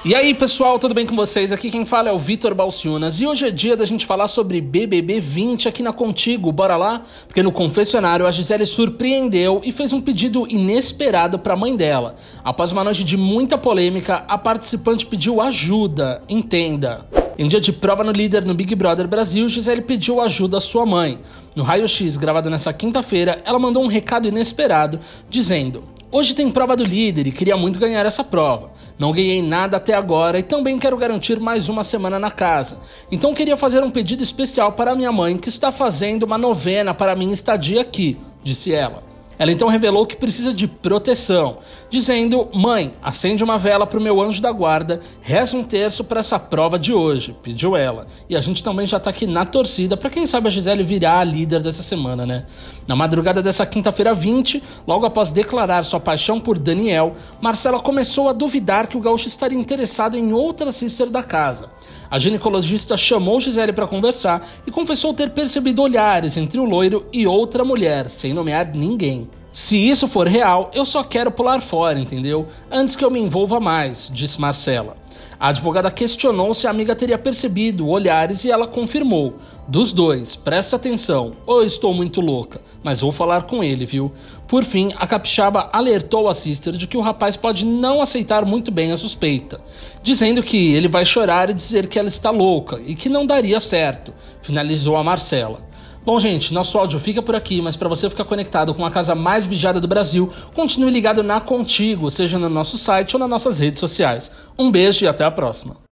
E aí pessoal, tudo bem com vocês? Aqui quem fala é o Vitor Balciunas e hoje é dia da gente falar sobre BBB 20 aqui na Contigo, bora lá? Porque no confessionário a Gisele surpreendeu e fez um pedido inesperado para a mãe dela. Após uma noite de muita polêmica, a participante pediu ajuda, entenda. Em dia de prova no líder no Big Brother Brasil, Gisele pediu ajuda à sua mãe. No Raio X, gravado nessa quinta-feira, ela mandou um recado inesperado, dizendo: "Hoje tem prova do líder e queria muito ganhar essa prova. Não ganhei nada até agora e também quero garantir mais uma semana na casa. Então queria fazer um pedido especial para minha mãe que está fazendo uma novena para minha estadia aqui", disse ela. Ela então revelou que precisa de proteção, dizendo: "Mãe, acende uma vela para o meu anjo da guarda, reza um terço para essa prova de hoje", pediu ela. E a gente também já tá aqui na torcida para quem sabe a Gisele virar a líder dessa semana, né? Na madrugada dessa quinta-feira 20, logo após declarar sua paixão por Daniel, Marcela começou a duvidar que o gaúcho estaria interessado em outra sister da casa. A ginecologista chamou Gisele para conversar e confessou ter percebido olhares entre o loiro e outra mulher, sem nomear ninguém. "Se isso for real, eu só quero pular fora, entendeu? Antes que eu me envolva mais", disse Marcela. A advogada questionou se a amiga teria percebido olhares e ela confirmou: "Dos dois, presta atenção, ou eu estou muito louca, mas vou falar com ele, viu?" Por fim, a capixaba alertou a sister de que o rapaz pode não aceitar muito bem a suspeita, dizendo que ele vai chorar e dizer que ela está louca e que não daria certo, finalizou a Marcela. Bom, gente, nosso áudio fica por aqui, mas para você ficar conectado com a casa mais vigiada do Brasil, continue ligado na Contigo, seja no nosso site ou nas nossas redes sociais. Um beijo e até a próxima.